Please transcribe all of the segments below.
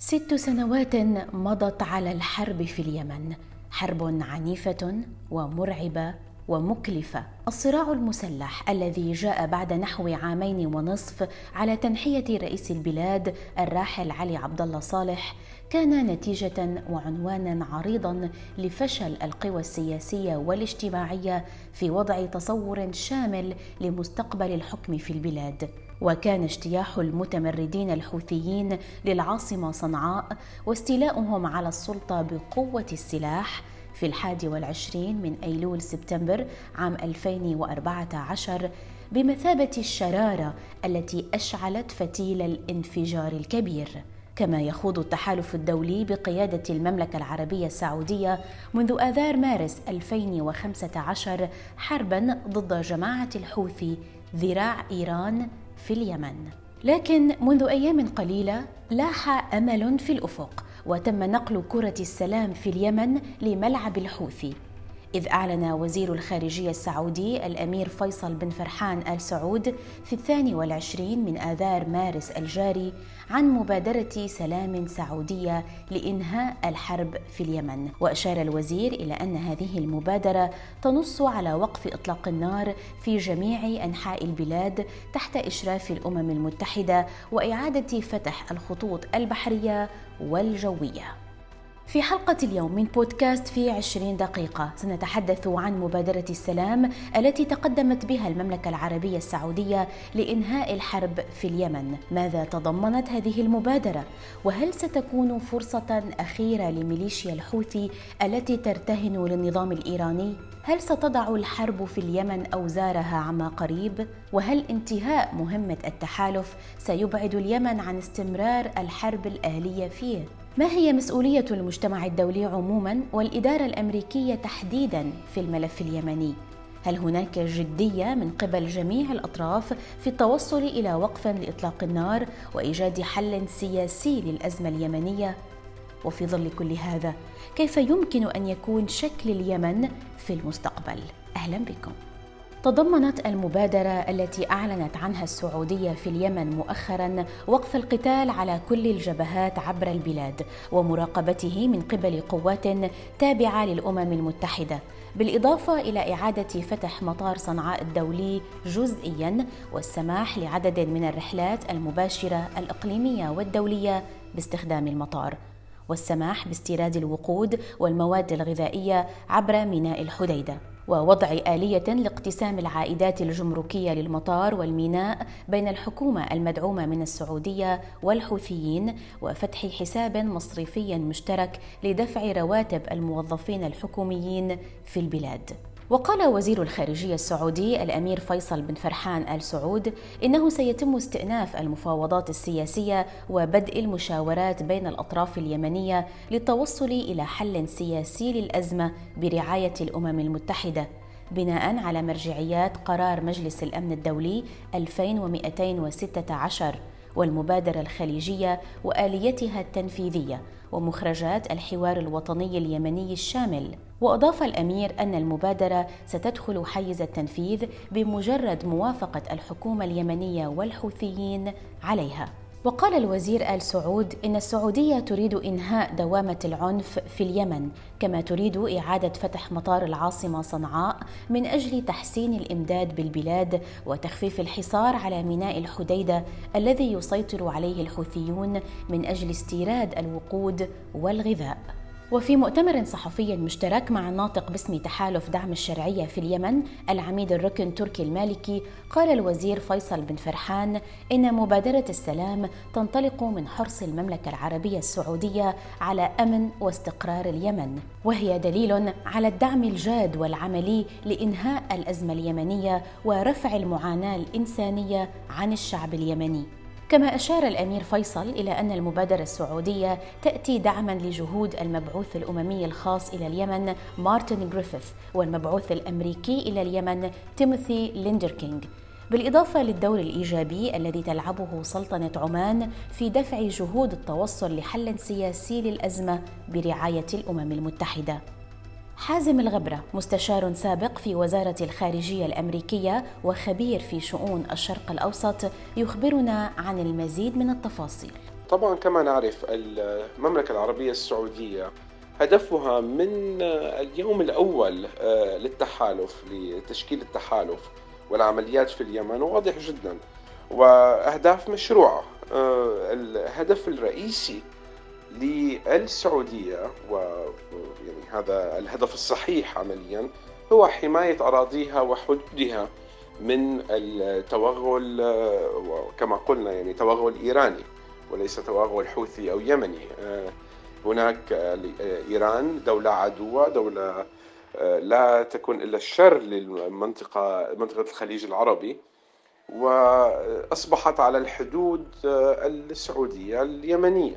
6 سنوات مضت على الحرب في اليمن، حرب عنيفة ومرعبة ومكلفة. الصراع المسلح الذي جاء بعد نحو 2.5 عام على تنحية رئيس البلاد الراحل علي عبد الله صالح كان نتيجة وعنوانا عريضا لفشل القوى السياسية والاجتماعية في وضع تصور شامل لمستقبل الحكم في البلاد. وكان اجتياح المتمردين الحوثيين للعاصمة صنعاء واستيلاؤهم على السلطة بقوة السلاح في 21 من أيلول سبتمبر عام 2014 بمثابة الشرارة التي أشعلت فتيل الانفجار الكبير. كما يخوض التحالف الدولي بقيادة المملكة العربية السعودية منذ آذار مارس 2015 حرباً ضد جماعة الحوثي ذراع إيران في اليمن. لكن منذ أيام قليلة لاح أمل في الأفق، وتم نقل كرة السلام في اليمن لملعب الحوثي، إذ أعلن وزير الخارجية السعودي الأمير فيصل بن فرحان آل سعود في 22 من آذار مارس الجاري عن مبادرة سلام سعودية لإنهاء الحرب في اليمن. وأشار الوزير إلى أن هذه المبادرة تنص على وقف إطلاق النار في جميع أنحاء البلاد تحت إشراف الأمم المتحدة وإعادة فتح الخطوط البحرية والجوية. في حلقة اليوم من بودكاست في 20 دقيقة سنتحدث عن مبادرة السلام التي تقدمت بها المملكة العربية السعودية لإنهاء الحرب في اليمن. ماذا تضمنت هذه المبادرة؟ وهل ستكون فرصة أخيرة لميليشيا الحوثي التي ترتهن للنظام الإيراني؟ هل ستضع الحرب في اليمن أوزارها عما قريب؟ وهل انتهاء مهمة التحالف سيبعد اليمن عن استمرار الحرب الأهلية فيه؟ ما هي مسؤولية المجتمع الدولي عموماً والإدارة الأمريكية تحديداً في الملف اليمني؟ هل هناك جدية من قبل جميع الأطراف في التوصل إلى وقف لإطلاق النار وإيجاد حل سياسي للأزمة اليمنية؟ وفي ظل كل هذا، كيف يمكن أن يكون شكل اليمن في المستقبل؟ أهلاً بكم. تضمنت المبادرة التي أعلنت عنها السعودية في اليمن مؤخراً وقف القتال على كل الجبهات عبر البلاد ومراقبته من قبل قوات تابعة للأمم المتحدة، بالإضافة إلى إعادة فتح مطار صنعاء الدولي جزئياً والسماح لعدد من الرحلات المباشرة الإقليمية والدولية باستخدام المطار، والسماح باستيراد الوقود والمواد الغذائية عبر ميناء الحديدة، ووضع آلية لاقتسام العائدات الجمركية للمطار والميناء بين الحكومة المدعومة من السعودية والحوثيين، وفتح حساب مصرفي مشترك لدفع رواتب الموظفين الحكوميين في البلاد. وقال وزير الخارجية السعودي الأمير فيصل بن فرحان آل سعود إنه سيتم استئناف المفاوضات السياسية وبدء المشاورات بين الأطراف اليمنية للتوصل إلى حل سياسي للأزمة برعاية الأمم المتحدة، بناء على مرجعيات قرار مجلس الأمن الدولي 2216 والمبادرة الخليجية وآليتها التنفيذية ومخرجات الحوار الوطني اليمني الشامل. وأضاف الأمير أن المبادرة ستدخل حيز التنفيذ بمجرد موافقة الحكومة اليمنية والحوثيين عليها. وقال الوزير آل سعود إن السعودية تريد إنهاء دوامة العنف في اليمن، كما تريد إعادة فتح مطار العاصمة صنعاء من أجل تحسين الإمداد بالبلاد وتخفيف الحصار على ميناء الحديدة الذي يسيطر عليه الحوثيون من أجل استيراد الوقود والغذاء. وفي مؤتمر صحفي مشترك مع الناطق باسم تحالف دعم الشرعية في اليمن العميد الركن تركي المالكي، قال الوزير فيصل بن فرحان إن مبادرة السلام تنطلق من حرص المملكة العربية السعودية على أمن واستقرار اليمن، وهي دليل على الدعم الجاد والعملي لإنهاء الأزمة اليمنية ورفع المعاناة الإنسانية عن الشعب اليمني. كما أشار الأمير فيصل إلى أن المبادرة السعودية تأتي دعماً لجهود المبعوث الأممي الخاص إلى اليمن مارتن غريفيث والمبعوث الأمريكي إلى اليمن تيموثي ليندركينغ، بالإضافة للدور الإيجابي الذي تلعبه سلطنة عمان في دفع جهود التوصل لحل سياسي للأزمة برعاية الأمم المتحدة. حازم الغبرة مستشار سابق في وزارة الخارجية الأمريكية وخبير في شؤون الشرق الأوسط يخبرنا عن المزيد من التفاصيل. طبعا كما نعرف المملكة العربية السعودية هدفها من اليوم الأول للتحالف، لتشكيل التحالف والعمليات في اليمن واضح جدا، وأهداف مشروعة. الهدف الرئيسي للسعودية، ويعني هذا الهدف الصحيح عمليا، هو حماية أراضيها وحدودها من التوغل، وكما قلنا يعني توغل إيراني وليس توغل حوثي أو يمني. هناك إيران دولة عدوة، دولة لا تكون إلا الشر منطقة الخليج العربي، وأصبحت على الحدود السعودية اليمنية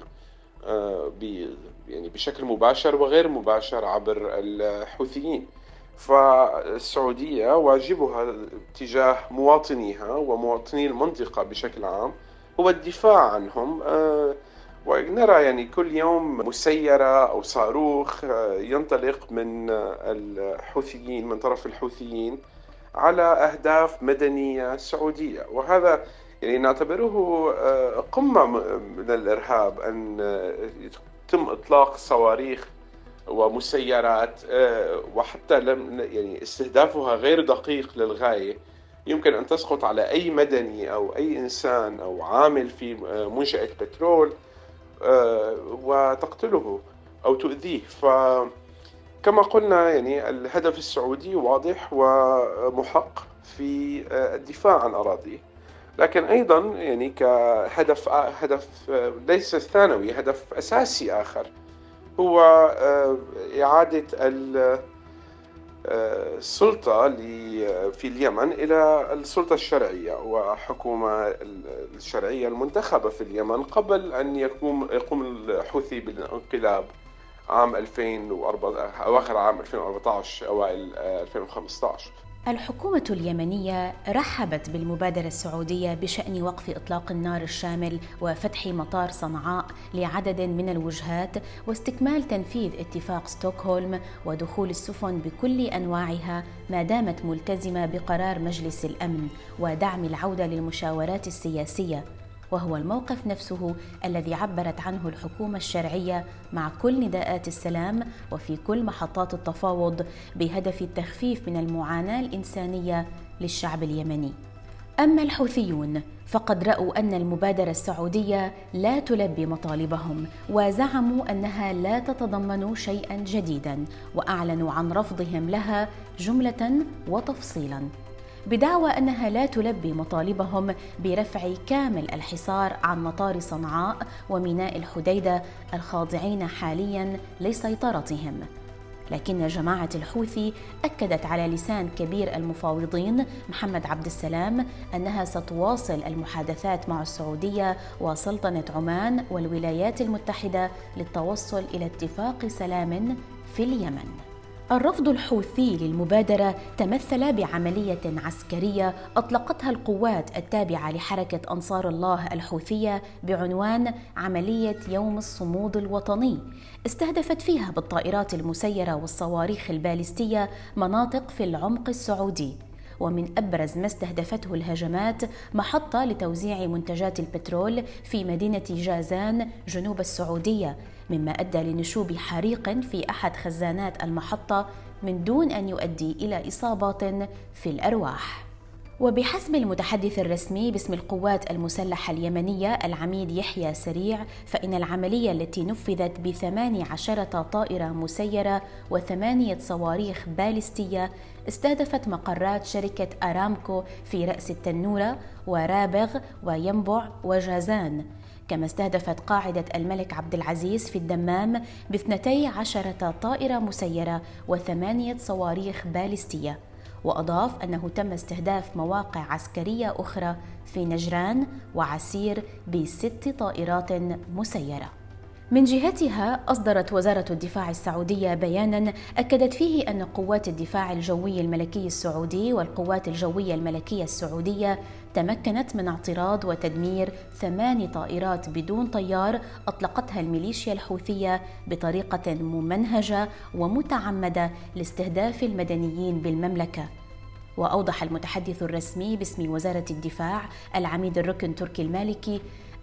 يعني بشكل مباشر وغير مباشر عبر الحوثيين. فالسعودية واجبها تجاه مواطنيها ومواطني المنطقة بشكل عام هو الدفاع عنهم. ونرى يعني كل يوم مسيرة أو صاروخ ينطلق من الحوثيين، من طرف الحوثيين، على أهداف مدنية سعودية، وهذا يعني نعتبره قمة من الإرهاب، أن يتم إطلاق صواريخ ومسيرات، وحتى يعني استهدافها غير دقيق للغاية، يمكن أن تسقط على أي مدني أو أي إنسان أو عامل في منشأة بترول وتقتله أو تؤذيه. فكما قلنا يعني الهدف السعودي واضح ومحق في الدفاع عن أراضيه، لكن أيضا يعني هدف ليس ثانوي، هدف أساسي آخر هو إعادة السلطة في اليمن إلى السلطة الشرعية وحكومة الشرعية المنتخبة في اليمن، قبل أن يقوم الحوثي بالانقلاب عام 2004، أواخر عام 2014 أوائل 2015. الحكومة اليمنية رحبت بالمبادرة السعودية بشأن وقف إطلاق النار الشامل وفتح مطار صنعاء لعدد من الوجهات واستكمال تنفيذ اتفاق ستوكهولم ودخول السفن بكل أنواعها ما دامت ملتزمة بقرار مجلس الأمن ودعم العودة للمشاورات السياسية، وهو الموقف نفسه الذي عبرت عنه الحكومة الشرعية مع كل نداءات السلام وفي كل محطات التفاوض بهدف التخفيف من المعاناة الإنسانية للشعب اليمني. أما الحوثيون فقد رأوا أن المبادرة السعودية لا تلبي مطالبهم، وزعموا أنها لا تتضمن شيئا جديدا، وأعلنوا عن رفضهم لها جملة وتفصيلا، بدعوى أنها لا تلبي مطالبهم برفع كامل الحصار عن مطار صنعاء وميناء الحديدة الخاضعين حالياً لسيطرتهم. لكن جماعة الحوثي أكدت على لسان كبير المفاوضين محمد عبد السلام أنها ستواصل المحادثات مع السعودية وسلطنة عمان والولايات المتحدة للتوصل إلى اتفاق سلام في اليمن. الرفض الحوثي للمبادرة تمثل بعملية عسكرية أطلقتها القوات التابعة لحركة أنصار الله الحوثية بعنوان عملية يوم الصمود الوطني، استهدفت فيها بالطائرات المسيرة والصواريخ البالستية مناطق في العمق السعودي. ومن أبرز ما استهدفته الهجمات محطة لتوزيع منتجات البترول في مدينة جازان جنوب السعودية، مما أدى لنشوب حريق في أحد خزانات المحطة من دون أن يؤدي إلى إصابات في الأرواح. وبحسب المتحدث الرسمي باسم القوات المسلحة اليمنية العميد يحيى سريع، فإن العملية التي نفذت ب18 طائرة مسيرة و8 صواريخ بالستية استهدفت مقرات شركة أرامكو في رأس التنورة ورابغ وينبع وجازان، كما استهدفت قاعدة الملك عبد العزيز في الدمام ب12 طائرة مسيرة و8 صواريخ بالستية. وأضاف أنه تم استهداف مواقع عسكرية أخرى في نجران وعسير ب6 طائرات مسيرة. من جهتها أصدرت وزارة الدفاع السعودية بياناً أكدت فيه أن قوات الدفاع الجوي الملكي السعودي والقوات الجوية الملكية السعودية تمكنت من اعتراض وتدمير 8 طائرات بدون طيار أطلقتها الميليشيا الحوثية بطريقة ممنهجة ومتعمدة لاستهداف المدنيين بالمملكة. وأوضح المتحدث الرسمي باسم وزارة الدفاع العميد الركن تركي المالكي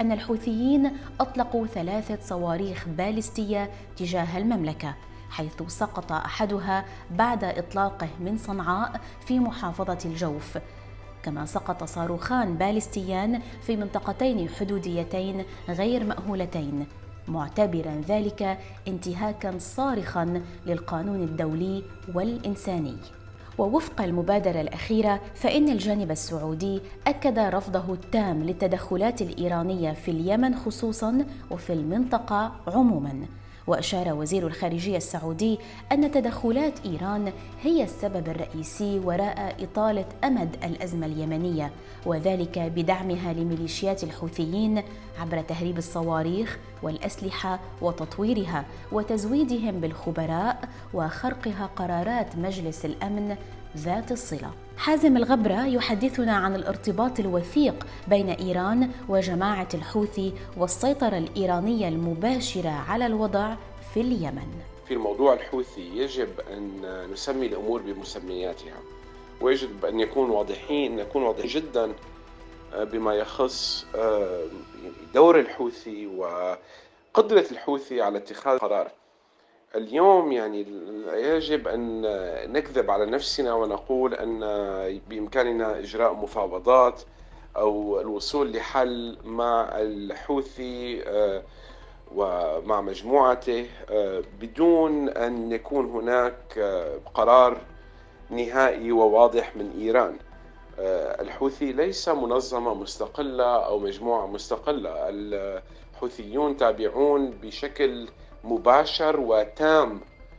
أن الحوثيين أطلقوا 3 صواريخ باليستية تجاه المملكة، حيث سقط أحدها بعد إطلاقه من صنعاء في محافظة الجوف. كما سقط صاروخان باليستيان في منطقتين حدوديتين غير مأهولتين، معتبرا ذلك انتهاكا صارخا للقانون الدولي والإنساني. ووفق المبادرة الأخيرة فإن الجانب السعودي أكد رفضه التام للتدخلات الإيرانية في اليمن خصوصا وفي المنطقة عموما. وأشار وزير الخارجية السعودي أن تدخلات إيران هي السبب الرئيسي وراء إطالة أمد الأزمة اليمنية، وذلك بدعمها لميليشيات الحوثيين عبر تهريب الصواريخ والأسلحة وتطويرها وتزويدهم بالخبراء وخرقها قرارات مجلس الأمن ذات الصلة. حازم الغبرة يحدثنا عن الارتباط الوثيق بين إيران وجماعة الحوثي والسيطرة الإيرانية المباشرة على الوضع في اليمن. في الموضوع الحوثي يجب أن نسمي الأمور بمسمياتها، ويجب أن نكون واضحين جدا بما يخص دور الحوثي وقدرة الحوثي على اتخاذ قرار. اليوم يعني يجب أن نكذب على نفسنا ونقول أن بإمكاننا إجراء مفاوضات أو الوصول لحل مع الحوثي ومع مجموعته بدون أن يكون هناك قرار نهائي وواضح من إيران. الحوثي ليس منظمة مستقلة أو مجموعة مستقلة، الحوثيون تابعون بشكل مباشر وتام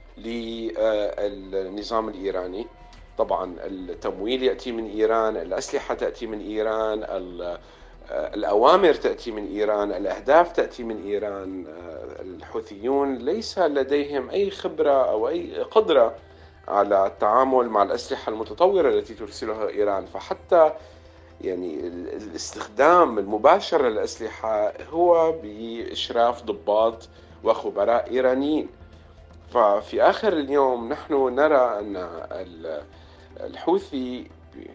للنظام الإيراني. طبعا التمويل يأتي من إيران، الأسلحة تأتي من إيران، الأوامر تأتي من إيران، الأهداف تأتي من إيران. الحوثيون ليس لديهم أي خبرة أو أي قدرة على التعامل مع الأسلحة المتطورة التي ترسلها إيران، فحتى يعني الاستخدام المباشر للأسلحة هو بإشراف ضباط وخبراء إيرانيين. ففي آخر اليوم نحن نرى أن الحوثي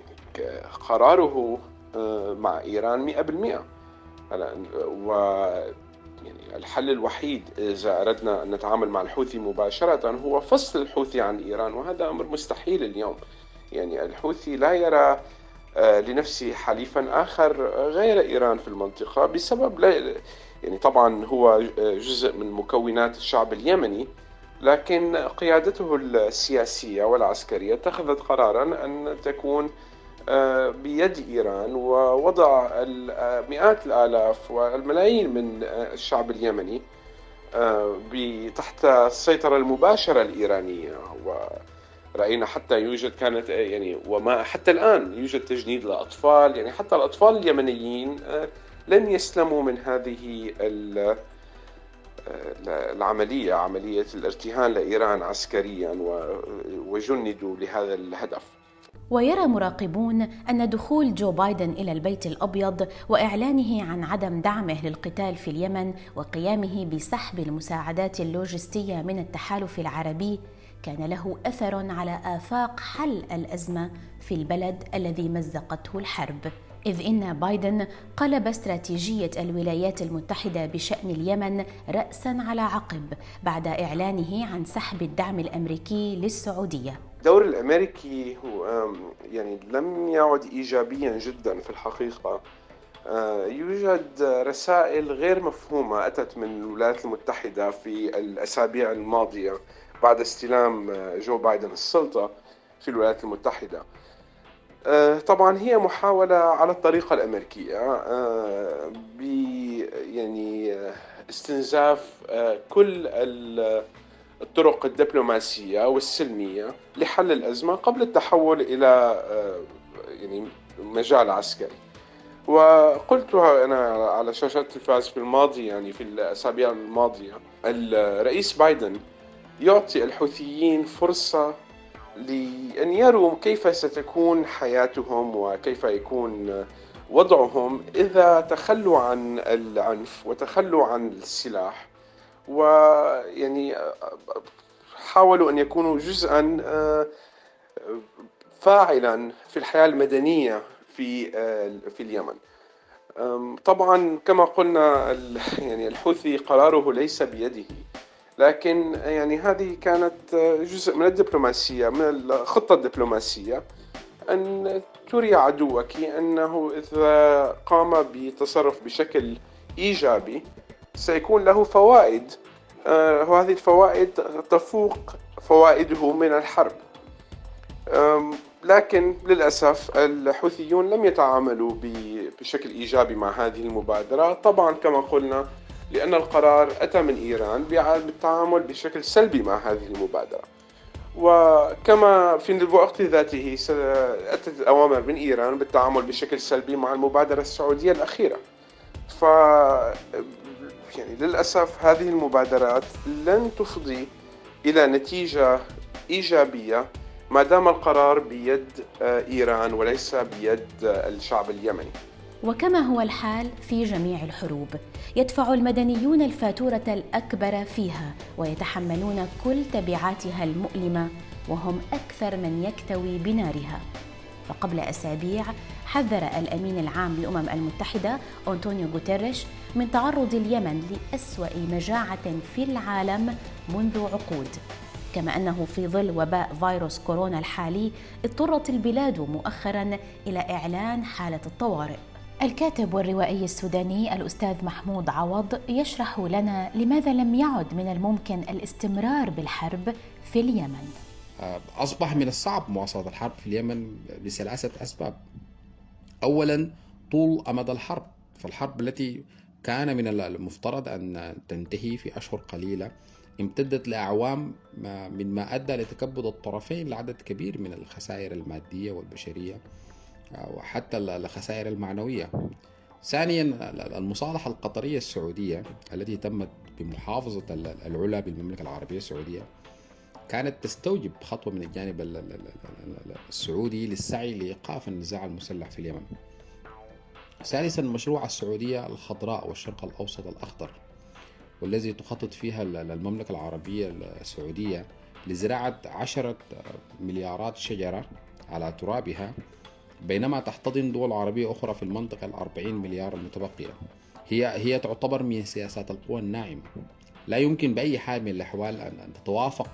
قراره مع إيران 100%. يعني الحل الوحيد إذا أردنا أن نتعامل مع الحوثي مباشرة هو فصل الحوثي عن إيران، وهذا أمر مستحيل اليوم. يعني الحوثي لا يرى لنفسه حليفا آخر غير إيران في المنطقة بسبب يعني طبعا هو جزء من مكونات الشعب اليمني، لكن قيادته السياسية والعسكرية اتخذت قرارا أن تكون بيد إيران ووضع مئات الآلاف والملايين من الشعب اليمني تحت السيطرة المباشرة الإيرانية. ورأينا حتى يوجد كانت يعني وما حتى الآن يوجد تجنيد للأطفال، يعني حتى الأطفال اليمنيين لن يسلموا من هذه العملية، عملية الارتهان لإيران عسكريا، وجندوا لهذا الهدف. ويرى مراقبون أن دخول جو بايدن إلى البيت الأبيض وإعلانه عن عدم دعمه للقتال في اليمن وقيامه بسحب المساعدات اللوجستية من التحالف العربي كان له أثر على آفاق حل الأزمة في البلد الذي مزقته الحرب، إذ إن بايدن قلب استراتيجية الولايات المتحدة بشأن اليمن رأساً على عقب بعد إعلانه عن سحب الدعم الأمريكي للسعودية. الدور الأمريكي يعني لم يعد إيجابياً جداً في الحقيقة. يوجد رسائل غير مفهومة أتت من الولايات المتحدة في الأسابيع الماضية بعد استلام جو بايدن السلطة في الولايات المتحدة. طبعا هي محاولة على الطريقة الأمريكية يعني استنزاف كل الطرق الدبلوماسية والسلمية لحل الأزمة قبل التحول إلى يعني مجال عسكري. وقلتها أنا على شاشات التلفاز في الماضي، يعني في الأسابيع الماضية، الرئيس بايدن يعطي الحوثيين فرصة لأن يروا كيف ستكون حياتهم وكيف يكون وضعهم إذا تخلوا عن العنف وتخلوا عن السلاح، ويعني حاولوا أن يكونوا جزءاً فاعلاً في الحياة المدنية في اليمن. طبعا كما قلنا يعني الحوثي قراره ليس بيده، لكن يعني هذه كانت جزء من الدبلوماسية، من الخطة الدبلوماسية، أن تري عدوك أنه إذا قام بتصرف بشكل إيجابي سيكون له فوائد، وهذه الفوائد تفوق فوائده من الحرب. لكن للأسف الحوثيون لم يتعاملوا بشكل إيجابي مع هذه المبادرة، طبعا كما قلنا لأن القرار أتى من إيران بالتعامل بشكل سلبي مع هذه المبادرة. وكما في الوقت ذاته أتت الأوامر من إيران بالتعامل بشكل سلبي مع المبادرة السعودية الأخيرة. يعني للأسف هذه المبادرات لن تفضي إلى نتيجة إيجابية ما دام القرار بيد إيران وليس بيد الشعب اليمني. وكما هو الحال في جميع الحروب، يدفع المدنيون الفاتورة الأكبر فيها ويتحملون كل تبعاتها المؤلمة، وهم أكثر من يكتوي بنارها. فقبل أسابيع حذر الأمين العام للأمم المتحدة أنطونيو غوتيريش من تعرض اليمن لأسوأ مجاعة في العالم منذ عقود، كما أنه في ظل وباء فيروس كورونا الحالي اضطرت البلاد مؤخراً إلى إعلان حالة الطوارئ. الكاتب والروائي السوداني الأستاذ محمود عوض يشرح لنا لماذا لم يعد من الممكن الاستمرار بالحرب في اليمن. أصبح من الصعب مواصلة الحرب في اليمن لثلاثة أسباب. أولاً طول أمد الحرب، فالحرب التي كان من المفترض أن تنتهي في أشهر قليلة امتدت لأعوام، مما أدى لتكبد الطرفين لعدد كبير من الخسائر المادية والبشرية وحتى الخسائر المعنوية. ثانيا المصالحة القطرية السعودية التي تمت بمحافظة العلا بالمملكة العربية السعودية كانت تستوجب خطوة من الجانب السعودي للسعي لإيقاف النزاع المسلح في اليمن. ثالثا مشروع السعودية الخضراء والشرق الأوسط الأخضر، والذي تخطط فيها المملكة العربية السعودية لزراعة 10 مليارات شجرة على ترابها، بينما تحتضن دول عربية أخرى في المنطقة 40 مليار المتبقية. هي تعتبر من سياسات القوى الناعمة، لا يمكن بأي حال من الأحوال أن تتوافق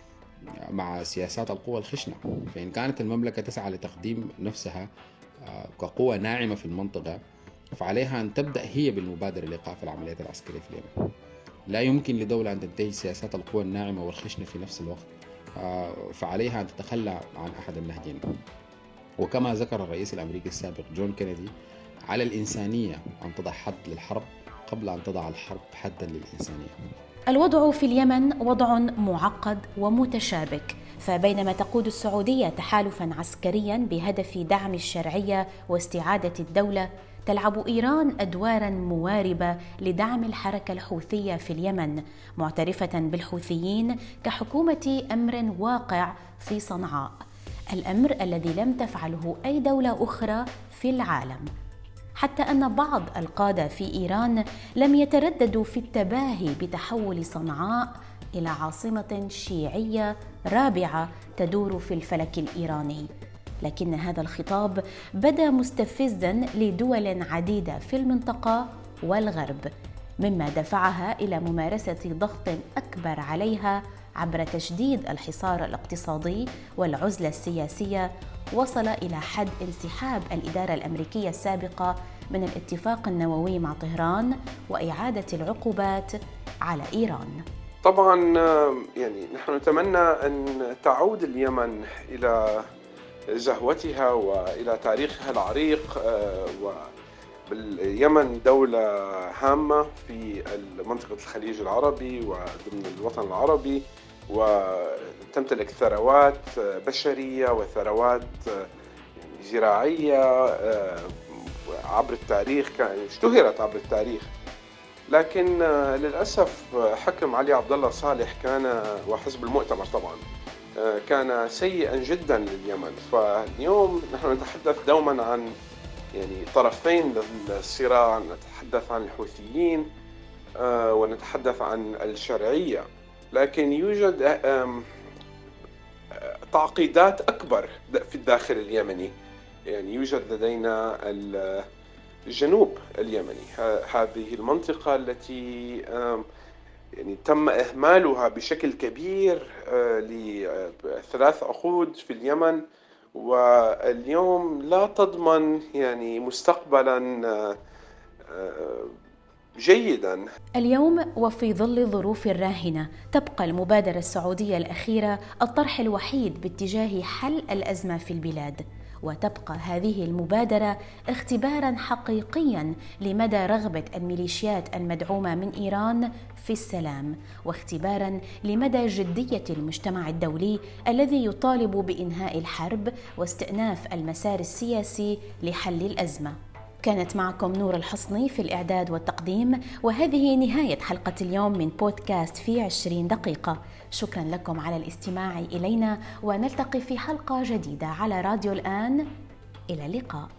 مع سياسات القوى الخشنة. فإن كانت المملكة تسعى لتقديم نفسها كقوة ناعمة في المنطقة، فعليها أن تبدأ هي بالمبادرة لإيقاف العمليات العسكرية في اليمن. لا يمكن لدولة أن تنتهي سياسات القوى الناعمة والخشنة في نفس الوقت، فعليها أن تتخلى عن أحد النهجين. وكما ذكر الرئيس الأمريكي السابق جون كينيدي، على الإنسانية أن تضع حد للحرب قبل أن تضع الحرب حدا للإنسانية. الوضع في اليمن وضع معقد ومتشابك، فبينما تقود السعودية تحالفاً عسكرياً بهدف دعم الشرعية واستعادة الدولة، تلعب إيران أدواراً مواربة لدعم الحركة الحوثية في اليمن، معترفة بالحوثيين كحكومة أمر واقع في صنعاء، الأمر الذي لم تفعله أي دولة أخرى في العالم، حتى أن بعض القادة في إيران لم يترددوا في التباهي بتحول صنعاء إلى عاصمة شيعية رابعة تدور في الفلك الإيراني. لكن هذا الخطاب بدا مستفزاً لدول عديدة في المنطقة والغرب، مما دفعها إلى ممارسة ضغط أكبر عليها عبر تشديد الحصار الاقتصادي والعزلة السياسية، وصل إلى حد انسحاب الإدارة الأمريكية السابقة من الاتفاق النووي مع طهران وإعادة العقوبات على إيران. طبعا يعني نحن نتمنى أن تعود اليمن إلى زهوتها وإلى تاريخها العريق، واليمن دولة هامة في منطقة الخليج العربي وضمن الوطن العربي، وتمتلك ثروات بشرية وثروات زراعية عبر التاريخ، اشتهرت عبر التاريخ. لكن للأسف حكم علي عبد الله صالح كان، وحزب المؤتمر طبعا، كان سيئا جدا لليمن. فاليوم نحن نتحدث دوما عن يعني طرفين للصراع، نتحدث عن الحوثيين ونتحدث عن الشرعية، لكن يوجد تعقيدات أكبر في الداخل اليمني. يعني يوجد لدينا الجنوب اليمني. هذه المنطقة التي يعني تم إهمالها بشكل كبير ل3 عقود في اليمن، واليوم لا تضمن يعني مستقبلا جيدا. اليوم وفي ظل الظروف الراهنة تبقى المبادرة السعودية الأخيرة الطرح الوحيد باتجاه حل الأزمة في البلاد، وتبقى هذه المبادرة اختباراً حقيقياً لمدى رغبة الميليشيات المدعومة من إيران في السلام، واختباراً لمدى جدية المجتمع الدولي الذي يطالب بإنهاء الحرب واستئناف المسار السياسي لحل الأزمة. كانت معكم نور الحصني في الإعداد والتقديم، وهذه نهاية حلقة اليوم من بودكاست في 20 دقيقة. شكرا لكم على الاستماع إلينا، ونلتقي في حلقة جديدة على راديو الآن. إلى اللقاء.